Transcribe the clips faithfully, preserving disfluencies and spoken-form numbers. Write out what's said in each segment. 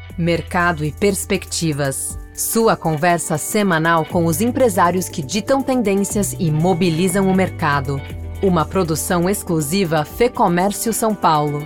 Mercado e Perspectivas. Sua conversa semanal com os empresários que ditam tendências e mobilizam o mercado. Uma produção exclusiva FEComércio São Paulo.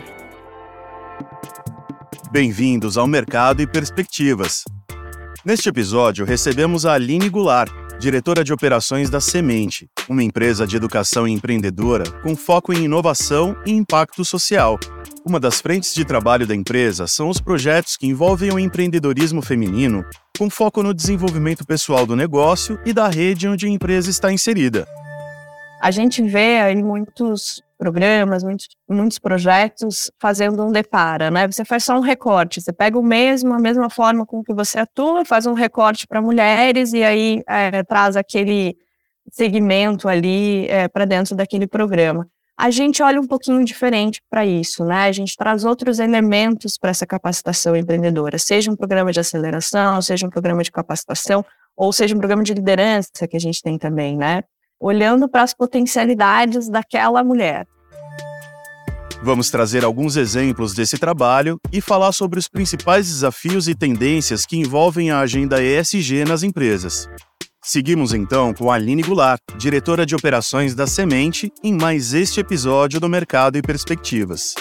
Bem-vindos ao Mercado e Perspectivas. Neste episódio, recebemos a Aline Goulart, diretora de operações da Semente, uma empresa de educação empreendedora com foco em inovação e impacto social. Uma das frentes de trabalho da empresa são os projetos que envolvem o empreendedorismo feminino, com foco no desenvolvimento pessoal do negócio e da rede onde a empresa está inserida. A gente vê aí muitos programas, muitos, muitos projetos fazendo um depara, né? Você faz só um recorte, você pega o mesmo, a mesma forma com que você atua, faz um recorte para mulheres e aí é, traz aquele segmento ali é, para dentro daquele programa. A gente olha um pouquinho diferente para isso, né? A gente traz outros elementos para essa capacitação empreendedora, seja um programa de aceleração, seja um programa de capacitação, ou seja um programa de liderança que a gente tem também, né? Olhando para as potencialidades daquela mulher. Vamos trazer alguns exemplos desse trabalho e falar sobre os principais desafios e tendências que envolvem a agenda E S G nas empresas. Seguimos então com a Aline Goulart, diretora de operações da Semente, em mais este episódio do Mercado e Perspectivas.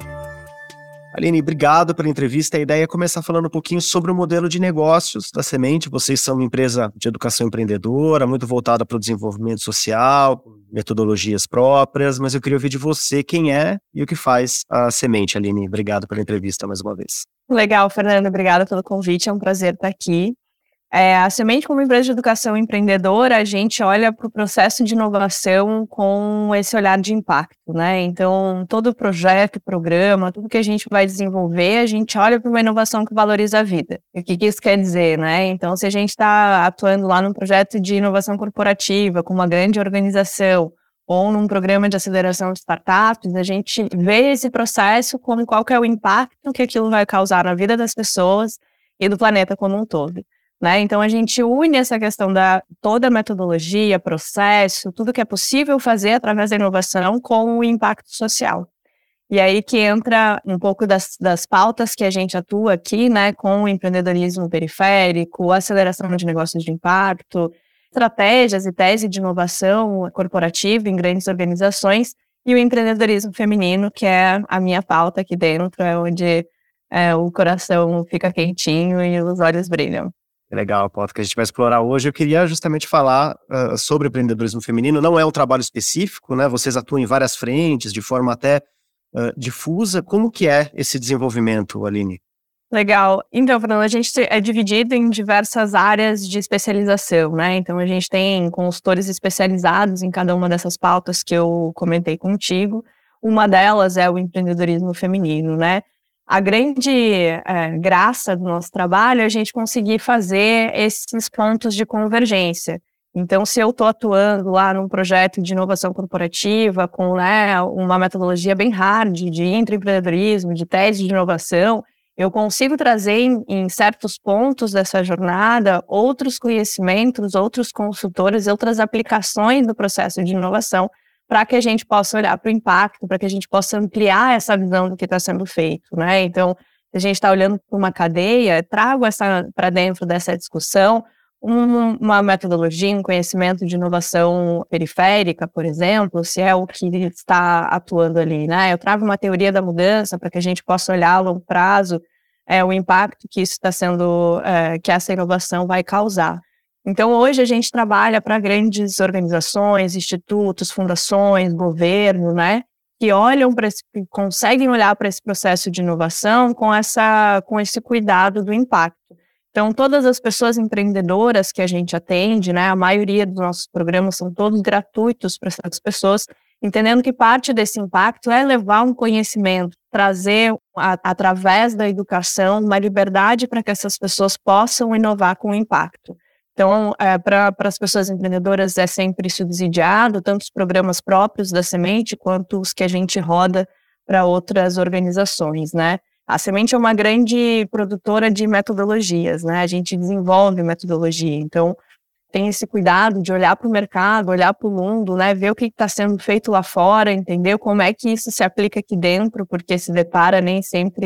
Aline, obrigado pela entrevista. A ideia é começar falando um pouquinho sobre o modelo de negócios da Semente. Vocês são uma empresa de educação empreendedora, muito voltada para o desenvolvimento social, metodologias próprias, mas eu queria ouvir de você quem é e o que faz a Semente, Aline. Obrigado pela entrevista mais uma vez. Legal, Fernando. Obrigada pelo convite. É um prazer estar aqui. É, a Semente, como empresa de educação empreendedora, a gente olha para o processo de inovação com esse olhar de impacto, né? Então, todo projeto, programa, tudo que a gente vai desenvolver, a gente olha para uma inovação que valoriza a vida. E o que, que isso quer dizer, né? Então, se a gente está atuando lá num projeto de inovação corporativa, com uma grande organização, ou num programa de aceleração de startups, a gente vê esse processo como qual que é o impacto que aquilo vai causar na vida das pessoas e do planeta como um todo. Né? Então, a gente une essa questão da toda a metodologia, processo, tudo que é possível fazer através da inovação com o impacto social. E aí que entra um pouco das, das pautas que a gente atua aqui, né, com o empreendedorismo periférico, aceleração de negócios de impacto, estratégias e tese de inovação corporativa em grandes organizações e o empreendedorismo feminino, que é a minha pauta aqui dentro, é onde é, o coração fica quentinho e os olhos brilham. Legal, a pauta que a gente vai explorar hoje. Eu queria justamente falar uh, sobre empreendedorismo feminino. Não é um trabalho específico, né? Vocês atuam em várias frentes, de forma até uh, difusa. Como que é esse desenvolvimento, Aline? Legal. Então, Fernando, a gente é dividido em diversas áreas de especialização, né? Então, a gente tem consultores especializados em cada uma dessas pautas que eu comentei contigo. Uma delas é o empreendedorismo feminino, né? A grande é, graça do nosso trabalho é a gente conseguir fazer esses pontos de convergência. Então, se eu estou atuando lá num projeto de inovação corporativa com né, uma metodologia bem hard de intraempreendedorismo, de tese de inovação, eu consigo trazer em, em certos pontos dessa jornada outros conhecimentos, outros consultores, outras aplicações do processo de inovação para que a gente possa olhar para o impacto, para que a gente possa ampliar essa visão do que está sendo feito, né? Então, se a gente está olhando para uma cadeia, trago essa para dentro dessa discussão um, uma metodologia, um conhecimento de inovação periférica, por exemplo, se é o que está atuando ali, né? Eu trago uma teoria da mudança para que a gente possa olhar a longo prazo é, o impacto que isso está sendo, é, que essa inovação vai causar. Então, hoje a gente trabalha para grandes organizações, institutos, fundações, governo, né, que olham para esse, conseguem olhar para esse processo de inovação com, essa, com esse cuidado do impacto. Então, todas as pessoas empreendedoras que a gente atende, né, a maioria dos nossos programas são todos gratuitos para essas pessoas, entendendo que parte desse impacto é levar um conhecimento, trazer, a, através da educação, uma liberdade para que essas pessoas possam inovar com impacto. Então, é, para as pessoas empreendedoras é sempre subsidiado, tanto os programas próprios da Semente, quanto os que a gente roda para outras organizações, né? A Semente é uma grande produtora de metodologias, né? A gente desenvolve metodologia, então tem esse cuidado de olhar para o mercado, olhar para o mundo, né? Ver o que está sendo feito lá fora, entender como é que isso se aplica aqui dentro, porque se depara nem sempre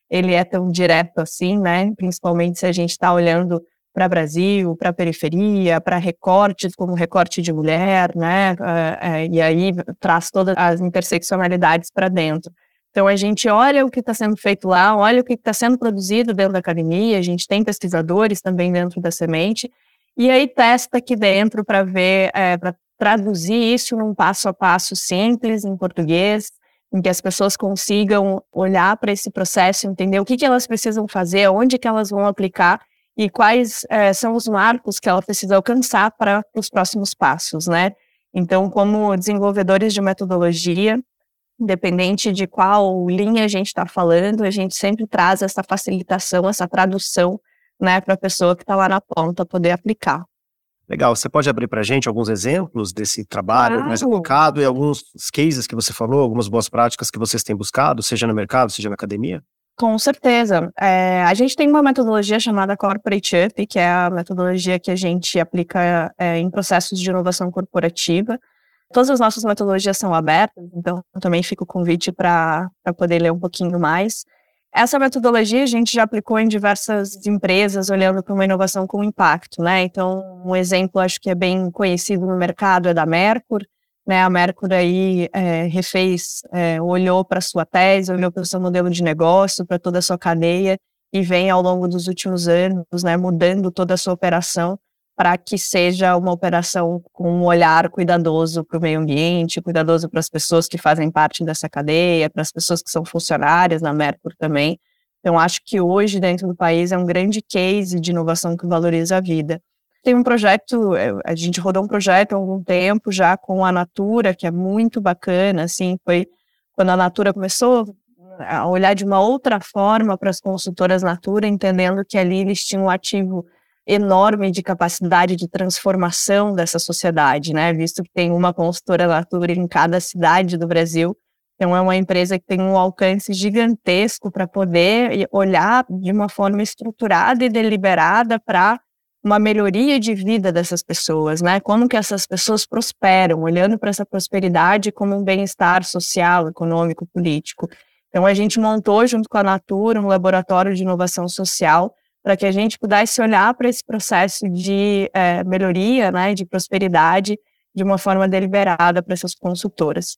ele é tão direto assim, né? Principalmente se a gente está olhando para Brasil, para a periferia, para recortes como recorte de mulher, né? É, é, e aí traz todas as interseccionalidades para dentro. Então a gente olha o que está sendo feito lá, olha o que está sendo produzido dentro da academia, a gente tem pesquisadores também dentro da Semente, e aí testa aqui dentro para ver, é, para traduzir isso num passo a passo simples, em português, em que as pessoas consigam olhar para esse processo, entender o que, que elas precisam fazer, onde que elas vão aplicar e quais é, são os marcos que ela precisa alcançar para os próximos passos, né? Então, como desenvolvedores de metodologia, independente de qual linha a gente está falando, a gente sempre traz essa facilitação, essa tradução, né, para a pessoa que está lá na ponta poder aplicar. Legal, você pode abrir para a gente alguns exemplos desse trabalho Claro. mais aplicado e alguns cases que você falou, algumas boas práticas que vocês têm buscado, seja no mercado, seja na academia? Com certeza. É, a gente tem uma metodologia chamada Corporate Up, que é a metodologia que a gente aplica é, em processos de inovação corporativa. Todas as nossas metodologias são abertas, então também fica o convite para poder ler um pouquinho mais. Essa metodologia a gente já aplicou em diversas empresas, olhando para uma inovação com impacto, né? Então, um exemplo, acho que é bem conhecido no mercado, é da Mercur, né? A Mercur aí é, refez, é, olhou para a sua tese, olhou para o seu modelo de negócio, para toda a sua cadeia, e vem ao longo dos últimos anos, né, mudando toda a sua operação, para que seja uma operação com um olhar cuidadoso para o meio ambiente, cuidadoso para as pessoas que fazem parte dessa cadeia, para as pessoas que são funcionárias na Mercur também. Então, acho que hoje, dentro do país, é um grande case de inovação que valoriza a vida. Tem um projeto, a gente rodou um projeto há algum tempo já com a Natura, que é muito bacana, assim, foi quando a Natura começou a olhar de uma outra forma para as consultoras Natura, entendendo que ali eles tinham um ativo enorme de capacidade de transformação dessa sociedade, né? Visto que tem uma consultora Natura em cada cidade do Brasil, então é uma empresa que tem um alcance gigantesco para poder olhar de uma forma estruturada e deliberada para uma melhoria de vida dessas pessoas, né? Como que essas pessoas prosperam, olhando para essa prosperidade como um bem-estar social, econômico, político. Então a gente montou junto com a Natura um laboratório de inovação social para que a gente pudesse olhar para esse processo de é, melhoria, né, de prosperidade, de uma forma deliberada para essas consultoras.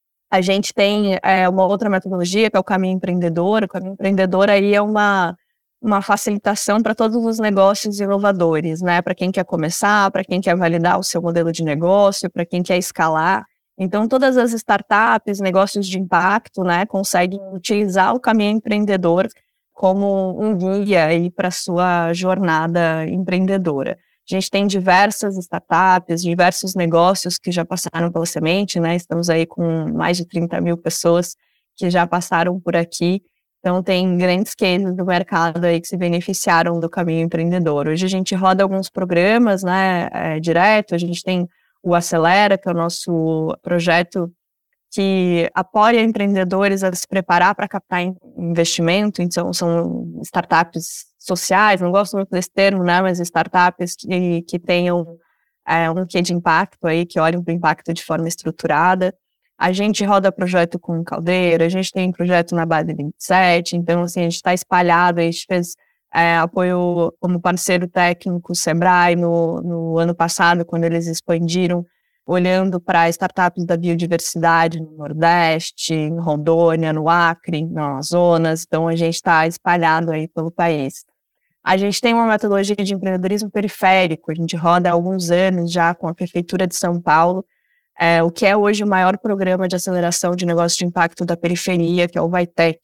A gente tem é, uma outra metodologia, que é o Caminho Empreendedor. O Caminho Empreendedor aí é uma, uma facilitação para todos os negócios inovadores, né, para quem quer começar, para quem quer validar o seu modelo de negócio, para quem quer escalar. Então, todas as startups, negócios de impacto, né, conseguem utilizar o Caminho Empreendedor como um guia aí para a sua jornada empreendedora. A gente tem diversas startups, diversos negócios que já passaram pela Semente, né? Estamos aí com mais de trinta mil pessoas que já passaram por aqui. Então, tem grandes cases do mercado aí que se beneficiaram do Caminho Empreendedor. Hoje a gente roda alguns programas, né, é, direto. A gente tem o Acelera, que é o nosso projeto que apoia empreendedores a se preparar para captar investimento. Então, são startups sociais, não gosto muito desse termo, né, mas startups que, que tenham é, um quê de impacto aí, que olhem para o impacto de forma estruturada. A gente roda projeto com Caldeira, a gente tem projeto na Base vinte e sete, então, assim, a gente está espalhado, a gente fez é, apoio como parceiro técnico Sebrae no, no ano passado, quando eles expandiram, olhando para startups da biodiversidade no Nordeste, em Rondônia, no Acre, no Amazonas. Então, a gente está espalhado aí pelo país. A gente tem uma metodologia de empreendedorismo periférico, a gente roda há alguns anos já com a Prefeitura de São Paulo, é, o que é hoje o maior programa de aceleração de negócios de impacto da periferia, que é o Vaitec.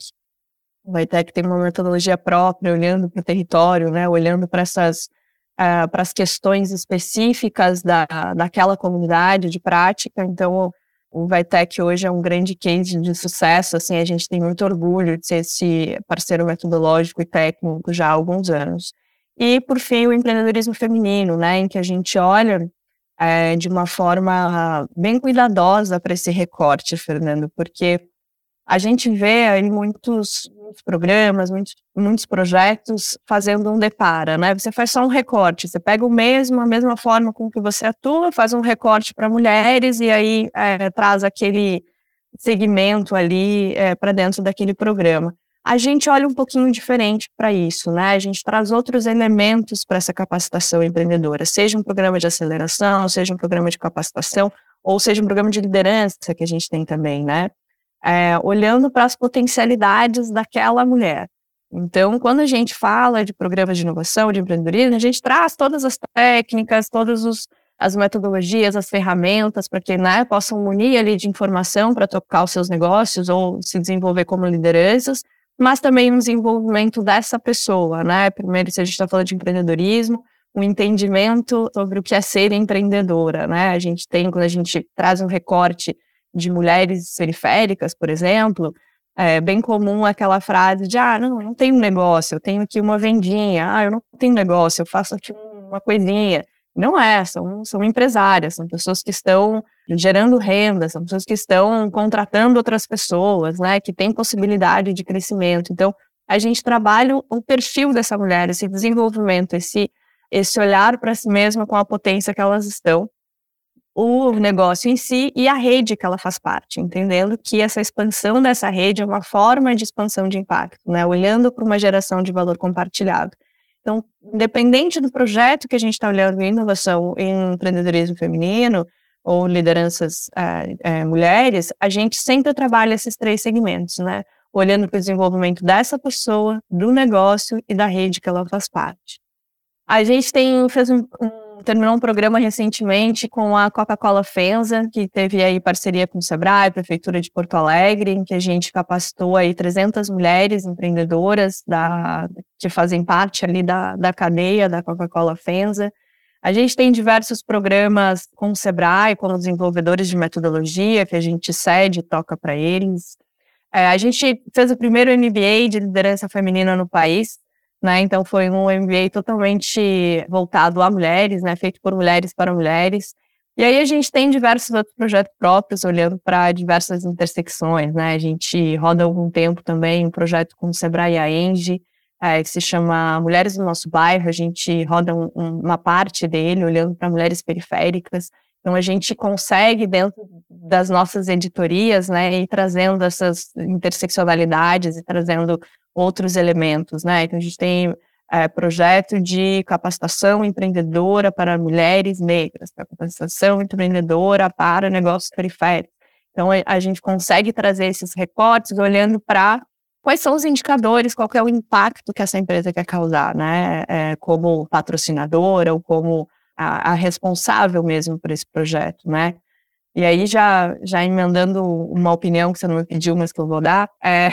O Vaitec tem uma metodologia própria, olhando para o território, né, olhando para essas Uh, para as questões específicas da, daquela comunidade de prática. Então, o Vaitec hoje é um grande case de sucesso, assim, a gente tem muito orgulho de ser esse parceiro metodológico e técnico já há alguns anos. E, por fim, o empreendedorismo feminino, né, em que a gente olha é, de uma forma bem cuidadosa para esse recorte, Fernando, porque a gente vê aí muitos, muitos programas, muitos, muitos projetos fazendo um depara, né? Você faz só um recorte, você pega o mesmo, a mesma forma com que você atua, faz um recorte para mulheres e aí é, traz aquele segmento ali é, para dentro daquele programa. A gente olha um pouquinho diferente para isso, né? A gente traz outros elementos para essa capacitação empreendedora, seja um programa de aceleração, seja um programa de capacitação, ou seja um programa de liderança que a gente tem também, né? É, olhando para as potencialidades daquela mulher. Então, quando a gente fala de programas de inovação, de empreendedorismo, a gente traz todas as técnicas, todas os, as metodologias, as ferramentas para que, né, possam munir ali de informação para tocar os seus negócios ou se desenvolver como lideranças, mas também um desenvolvimento dessa pessoa, né? Primeiro, se a gente está falando de empreendedorismo, um entendimento sobre o que é ser empreendedora, né? A gente tem, quando a gente traz um recorte de mulheres periféricas, por exemplo, é bem comum aquela frase de, ah, não, eu não tenho um negócio, eu tenho aqui uma vendinha, ah, eu não tenho negócio, eu faço aqui uma coisinha. Não é, são, são empresárias, são pessoas que estão gerando renda, são pessoas que estão contratando outras pessoas, né, que têm possibilidade de crescimento. Então, a gente trabalha o perfil dessa mulher, esse desenvolvimento, esse, esse olhar para si mesma com a potência que elas estão, o negócio em si e a rede que ela faz parte, entendendo que essa expansão dessa rede é uma forma de expansão de impacto, né, olhando para uma geração de valor compartilhado. Então, independente do projeto que a gente está olhando em inovação em empreendedorismo feminino ou lideranças é, é, mulheres, a gente sempre trabalha esses três segmentos, né? Olhando para o desenvolvimento dessa pessoa, do negócio e da rede que ela faz parte. A gente tem, fez um, um, terminou um programa recentemente com a Coca-Cola Fenza, que teve aí parceria com o Sebrae, Prefeitura de Porto Alegre, em que a gente capacitou aí trezentas mulheres empreendedoras da, que fazem parte ali da, da cadeia da Coca-Cola Fenza. A gente tem diversos programas com o Sebrae, com os desenvolvedores de metodologia, que a gente cede e toca para eles. É, a gente fez o primeiro M B A de liderança feminina no país, né? Então, foi um M B A totalmente voltado a mulheres, né? Feito por mulheres para mulheres. E aí, a gente tem diversos outros projetos próprios, olhando para diversas intersecções, né? A gente roda há algum tempo também um projeto com o Sebrae e a Engie, é, que se chama Mulheres do Nosso Bairro. A gente roda um, um, uma parte dele, olhando para mulheres periféricas. Então, a gente consegue, dentro das nossas editorias, né, ir trazendo essas interseccionalidades e trazendo outros elementos, né? Então, a gente tem é, projeto de capacitação empreendedora para mulheres negras, capacitação empreendedora para negócios periféricos. Então, a gente consegue trazer esses recortes olhando para quais são os indicadores, qual é o impacto que essa empresa quer causar, né? É, como patrocinadora ou como a, a responsável mesmo por esse projeto, né? E aí, já, já emendando uma opinião que você não me pediu, mas que eu vou dar, é...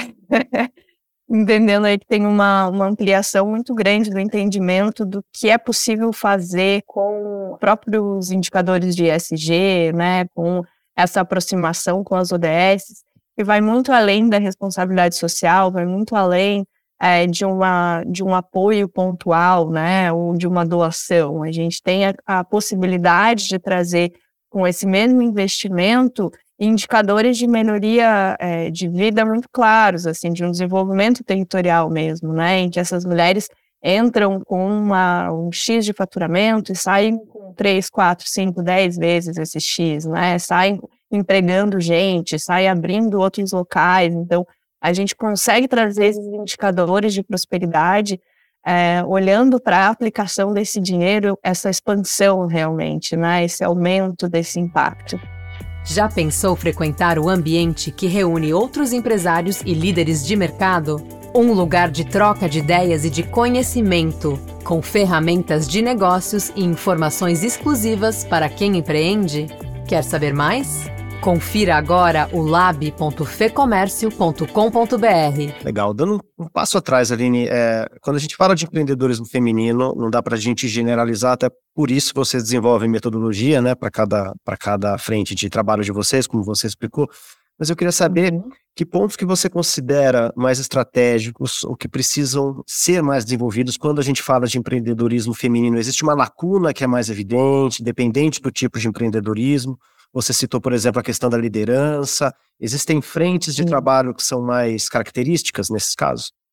entendendo aí que tem uma, uma ampliação muito grande do entendimento do que é possível fazer com próprios indicadores de E S G, né, com essa aproximação com as O D S, que vai muito além da responsabilidade social, vai muito além é, de, uma, de um apoio pontual, né, ou de uma doação. A gente tem a, a possibilidade de trazer, com esse mesmo investimento, indicadores de melhoria é, de vida muito claros, assim, de um desenvolvimento territorial mesmo, né, em que essas mulheres entram com uma, um X de faturamento e saem com três, quatro, cinco, dez vezes esse X, né, saem empregando gente, saem abrindo outros locais. Então, a gente consegue trazer esses indicadores de prosperidade é, olhando para a aplicação desse dinheiro, essa expansão realmente, né, esse aumento desse impacto. Já pensou frequentar o ambiente que reúne outros empresários e líderes de mercado? Um lugar de troca de ideias e de conhecimento, com ferramentas de negócios e informações exclusivas para quem empreende? Quer saber mais? Confira agora o lab ponto fecomércio ponto com ponto br. Legal. Dando um passo atrás, Aline, é, quando a gente fala de empreendedorismo feminino, não dá para a gente generalizar, até por isso vocês desenvolvem metodologia, né, para cada, para cada frente de trabalho de vocês, como você explicou. Mas eu queria saber uhum. que pontos que você considera mais estratégicos ou que precisam ser mais desenvolvidos quando a gente fala de empreendedorismo feminino. Existe uma lacuna que é mais evidente, dependente do tipo de empreendedorismo? Você citou, por exemplo, a questão da liderança. Existem frentes de trabalho que são mais características nesses casos?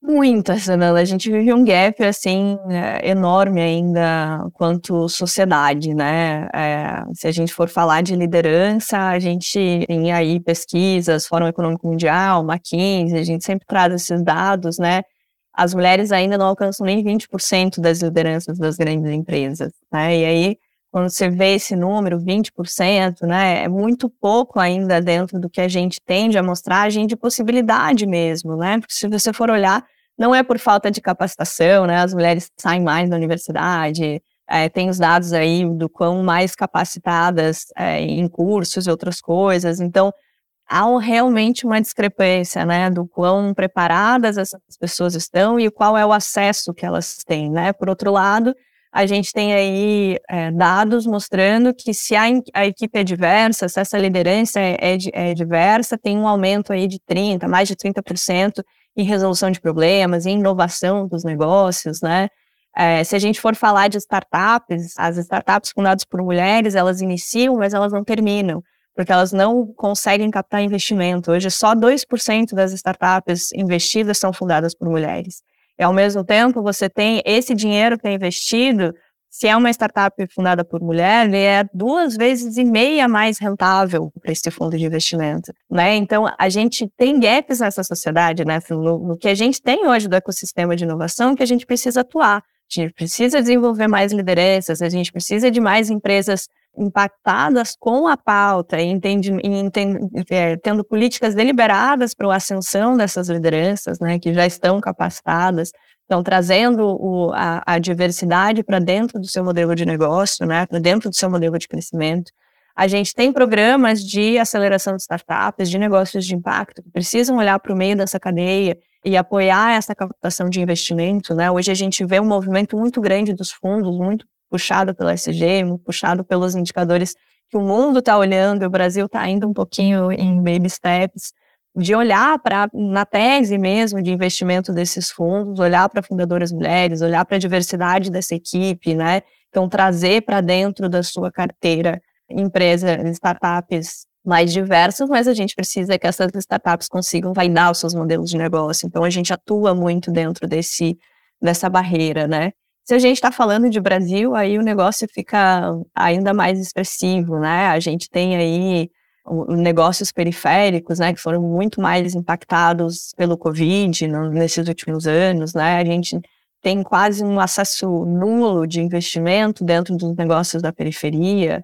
Muitas, Fernanda. A gente vive um gap, assim, é, enorme ainda quanto sociedade, né? É, se a gente for falar de liderança, a gente tem aí pesquisas, Fórum Econômico Mundial, McKinsey, a gente sempre traz esses dados, né? As mulheres ainda não alcançam nem vinte por cento das lideranças das grandes empresas, né? E aí, quando você vê esse número, vinte por cento, né? É muito pouco ainda dentro do que a gente tende a mostragem de possibilidade mesmo, né? Porque se você for olhar, não é por falta de capacitação, né? As mulheres saem mais da universidade, é, tem os dados aí do quão mais capacitadas é, em cursos e outras coisas. Então, há um, realmente uma discrepância, né? Do quão preparadas essas pessoas estão e qual é o acesso que elas têm, né? Por outro lado, a gente tem aí é, dados mostrando que se a, a equipe é diversa, se essa liderança é, é, é diversa, tem um aumento aí de trinta, mais de trinta por cento em resolução de problemas, em inovação dos negócios, né? É, se a gente for falar de startups, as startups fundadas por mulheres, elas iniciam, mas elas não terminam, porque elas não conseguem captar investimento. Hoje, só dois por cento das startups investidas são fundadas por mulheres. E, ao mesmo tempo, você tem esse dinheiro que é investido, se é uma startup fundada por mulher, ele é duas vezes e meia mais rentável para esse fundo de investimento, né? Então, a gente tem gaps nessa sociedade, né? No, no que a gente tem hoje do ecossistema de inovação, que a gente precisa atuar. A gente precisa desenvolver mais lideranças, a gente precisa de mais empresas impactadas com a pauta e entende, entende, é, tendo políticas deliberadas para a ascensão dessas lideranças, né, que já estão capacitadas, estão trazendo o, a, a diversidade para dentro do seu modelo de negócio, né, para dentro do seu modelo de crescimento. A gente tem programas de aceleração de startups, de negócios de impacto, que precisam olhar para o meio dessa cadeia e apoiar essa captação de investimento, né? Hoje a gente vê um movimento muito grande dos fundos, muito puxado pela S G, muito puxado pelos indicadores que o mundo está olhando, e o Brasil está indo um pouquinho em baby steps, de olhar para, na tese mesmo, de investimento desses fundos, olhar para fundadoras mulheres, olhar para a diversidade dessa equipe, né? Então, trazer para dentro da sua carteira empresas, startups mais diversas, mas a gente precisa que essas startups consigam validar os seus modelos de negócio. Então, a gente atua muito dentro desse, dessa barreira, né? Se a gente está falando de Brasil, aí o negócio fica ainda mais expressivo, né? A gente tem aí negócios periféricos, né, que foram muito mais impactados pelo Covid no, nesses últimos anos, né? A gente tem quase um acesso nulo de investimento dentro dos negócios da periferia,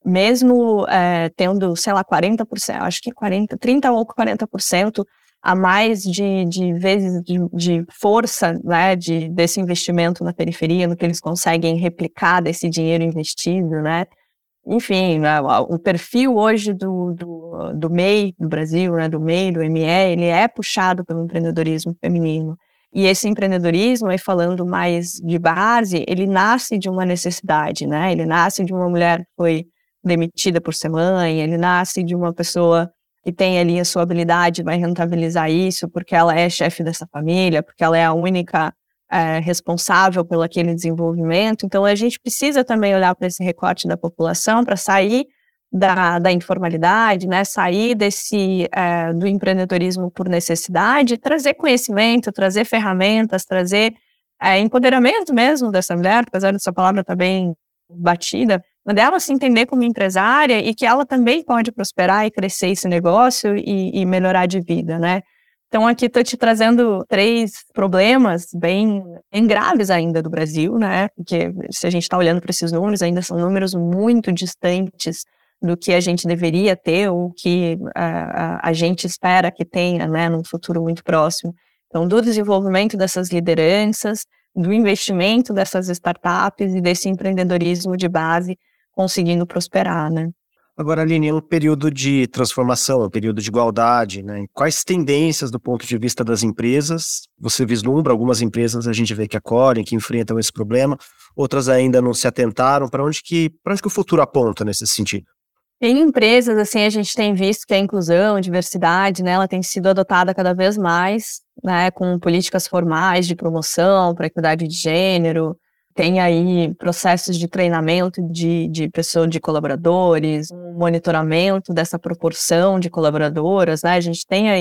mesmo é, tendo, sei lá, quarenta por cento, acho que quarenta, trinta ou quarenta por cento a mais de, de vezes de, de força, né, de, desse investimento na periferia, no que eles conseguem replicar desse dinheiro investido, né? Enfim, né, o perfil hoje do, do, do M E I do Brasil, né, do M E I, do M E, ele é puxado pelo empreendedorismo feminino. E esse empreendedorismo, aí falando mais de base, ele nasce de uma necessidade, né? Ele nasce de uma mulher que foi demitida por ser mãe, ele nasce de uma pessoa que tem ali a sua habilidade, vai rentabilizar isso porque ela é chefe dessa família, porque ela é a única é, responsável pelo aquele desenvolvimento. Então, a gente precisa também olhar para esse recorte da população para sair da, da informalidade, né, sair desse, é, do empreendedorismo por necessidade, trazer conhecimento, trazer ferramentas, trazer é, empoderamento mesmo dessa mulher, apesar dessa palavra estar bem batida, dela se entender como empresária e que ela também pode prosperar e crescer esse negócio e, e melhorar de vida, né? Então, aqui estou te trazendo três problemas bem, bem graves ainda do Brasil, né? Porque se a gente está olhando para esses números, ainda são números muito distantes do que a gente deveria ter ou que a, a, a gente espera que tenha, né, num futuro muito próximo. Então, do desenvolvimento dessas lideranças, do investimento dessas startups e desse empreendedorismo de base conseguindo prosperar, né? Agora, Aline, é um período de transformação, é um período de igualdade, né? Quais tendências do ponto de vista das empresas você vislumbra? Algumas empresas a gente vê que acolhem, que enfrentam esse problema, outras ainda não se atentaram. Para onde que, para onde que o futuro aponta nesse sentido? Em empresas, assim, a gente tem visto que a inclusão, a diversidade, né, ela tem sido adotada cada vez mais, né, com políticas formais de promoção para a equidade de gênero, tem aí processos de treinamento de, de pessoas, de colaboradores, um monitoramento dessa proporção de colaboradoras, né, a gente tem aí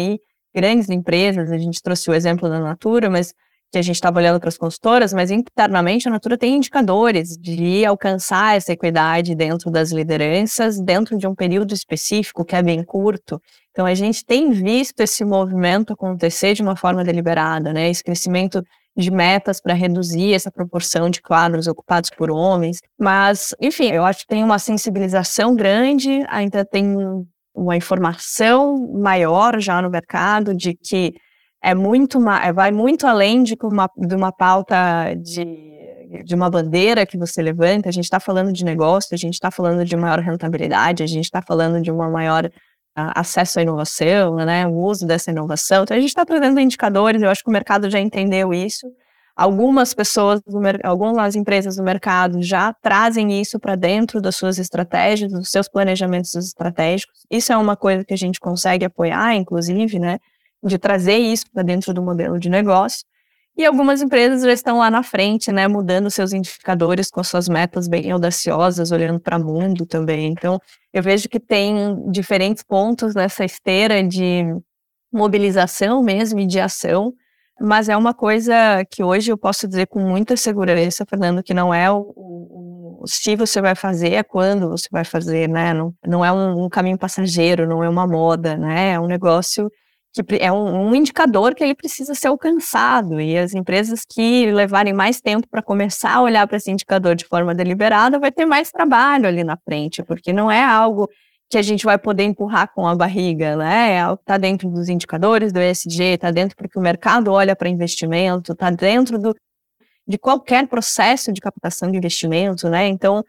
grandes empresas, a gente trouxe o exemplo da Natura, mas que a gente estava olhando para as consultoras, mas internamente a Natura tem indicadores de alcançar essa equidade dentro das lideranças, dentro de um período específico que é bem curto. Então a gente tem visto esse movimento acontecer de uma forma deliberada, né? Esse crescimento de metas para reduzir essa proporção de quadros ocupados por homens. Mas, enfim, eu acho que tem uma sensibilização grande, ainda tem uma informação maior já no mercado de que é muito, vai muito além de uma, de uma pauta de, de uma bandeira que você levanta. A gente está falando de negócio, a gente está falando de maior rentabilidade, a gente está falando de uma maior uh, acesso à inovação, né, o uso dessa inovação. Então a gente está trazendo indicadores, eu acho que o mercado já entendeu isso. Algumas pessoas, do, algumas empresas do mercado já trazem isso para dentro das suas estratégias, dos seus planejamentos estratégicos. Isso é uma coisa que a gente consegue apoiar, inclusive, né, de trazer isso para dentro do modelo de negócio. E algumas empresas já estão lá na frente, né, mudando seus indicadores com suas metas bem audaciosas, olhando para o mundo também. Então, eu vejo que tem diferentes pontos nessa esteira de mobilização mesmo e de ação, mas é uma coisa que hoje eu posso dizer com muita segurança, Fernando, que não é o, o, o se você vai fazer, é quando você vai fazer, né, não, não é um, um caminho passageiro, não é uma moda, né, é um negócio que é um, um indicador que ele precisa ser alcançado, e as empresas que levarem mais tempo para começar a olhar para esse indicador de forma deliberada vai ter mais trabalho ali na frente, porque não é algo que a gente vai poder empurrar com a barriga, né? É algo que está dentro dos indicadores do E S G, está dentro porque o mercado olha para investimento, está dentro do, de qualquer processo de captação de investimento, né? Então,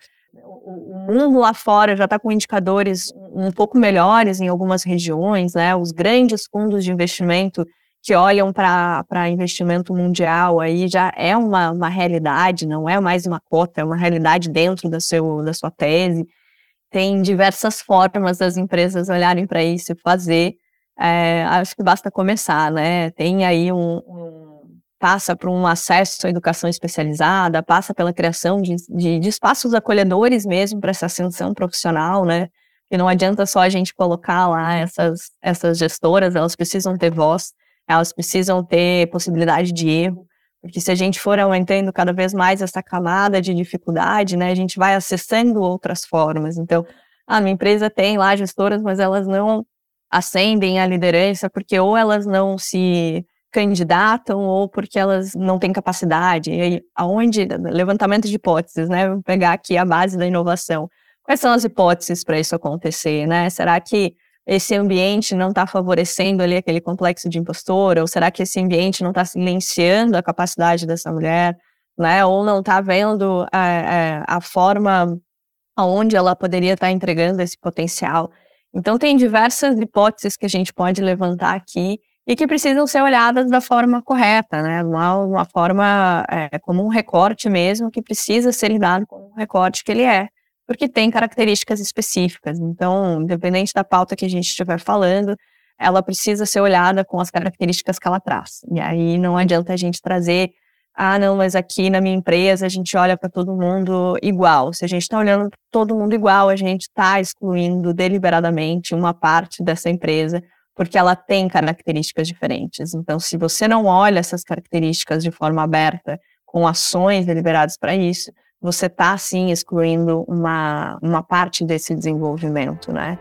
o mundo lá fora já está com indicadores um pouco melhores em algumas regiões, né? Os grandes fundos de investimento que olham para investimento mundial aí já é uma, uma realidade, não é mais uma cota, é uma realidade dentro da, seu, da sua tese. Tem diversas formas das empresas olharem para isso e fazer. É, acho que basta começar, né? Tem aí um... um passa por um acesso à educação especializada, passa pela criação de, de, de espaços acolhedores mesmo para essa ascensão profissional, né? Que não adianta só a gente colocar lá essas, essas gestoras, elas precisam ter voz, elas precisam ter possibilidade de erro, porque se a gente for aumentando cada vez mais essa camada de dificuldade, né, a gente vai acessando outras formas. Então, a minha empresa tem lá gestoras, mas elas não ascendem à liderança porque ou elas não se candidatam ou porque elas não têm capacidade. E aí, aonde, levantamento de hipóteses, né? Vamos pegar aqui a base da inovação. Quais são as hipóteses para isso acontecer, né? Será que esse ambiente não está favorecendo ali aquele complexo de impostor? Ou será que esse ambiente não está silenciando a capacidade dessa mulher, né? Ou não está vendo a, a, a forma aonde ela poderia estar tá entregando esse potencial? Então, tem diversas hipóteses que a gente pode levantar aqui e que precisam ser olhadas da forma correta, né? Uma, uma forma é, como um recorte mesmo, que precisa ser lidado como um recorte que ele é, porque tem características específicas. Então, independente da pauta que a gente estiver falando, ela precisa ser olhada com as características que ela traz. E aí não adianta a gente trazer, ah, não, mas aqui na minha empresa a gente olha para todo mundo igual. Se a gente está olhando para todo mundo igual, a gente está excluindo deliberadamente uma parte dessa empresa, porque ela tem características diferentes. Então, se você não olha essas características de forma aberta, com ações deliberadas para isso, você está, sim, excluindo uma, uma parte desse desenvolvimento, né?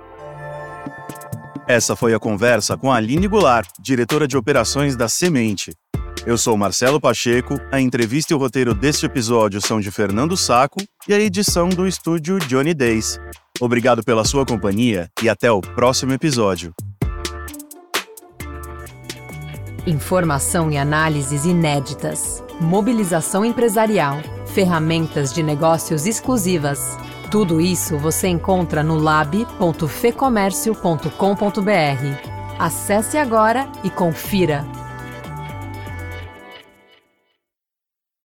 Essa foi a conversa com a Aline Goulart, diretora de operações da Semente. Eu sou Marcelo Pacheco, a entrevista e o roteiro deste episódio são de Fernando Sacco e a edição do estúdio Johnny Days. Obrigado pela sua companhia e até o próximo episódio. Informação e análises inéditas, mobilização empresarial, ferramentas de negócios exclusivas. Tudo isso você encontra no lab ponto fecomércio ponto com ponto br. Acesse agora e confira.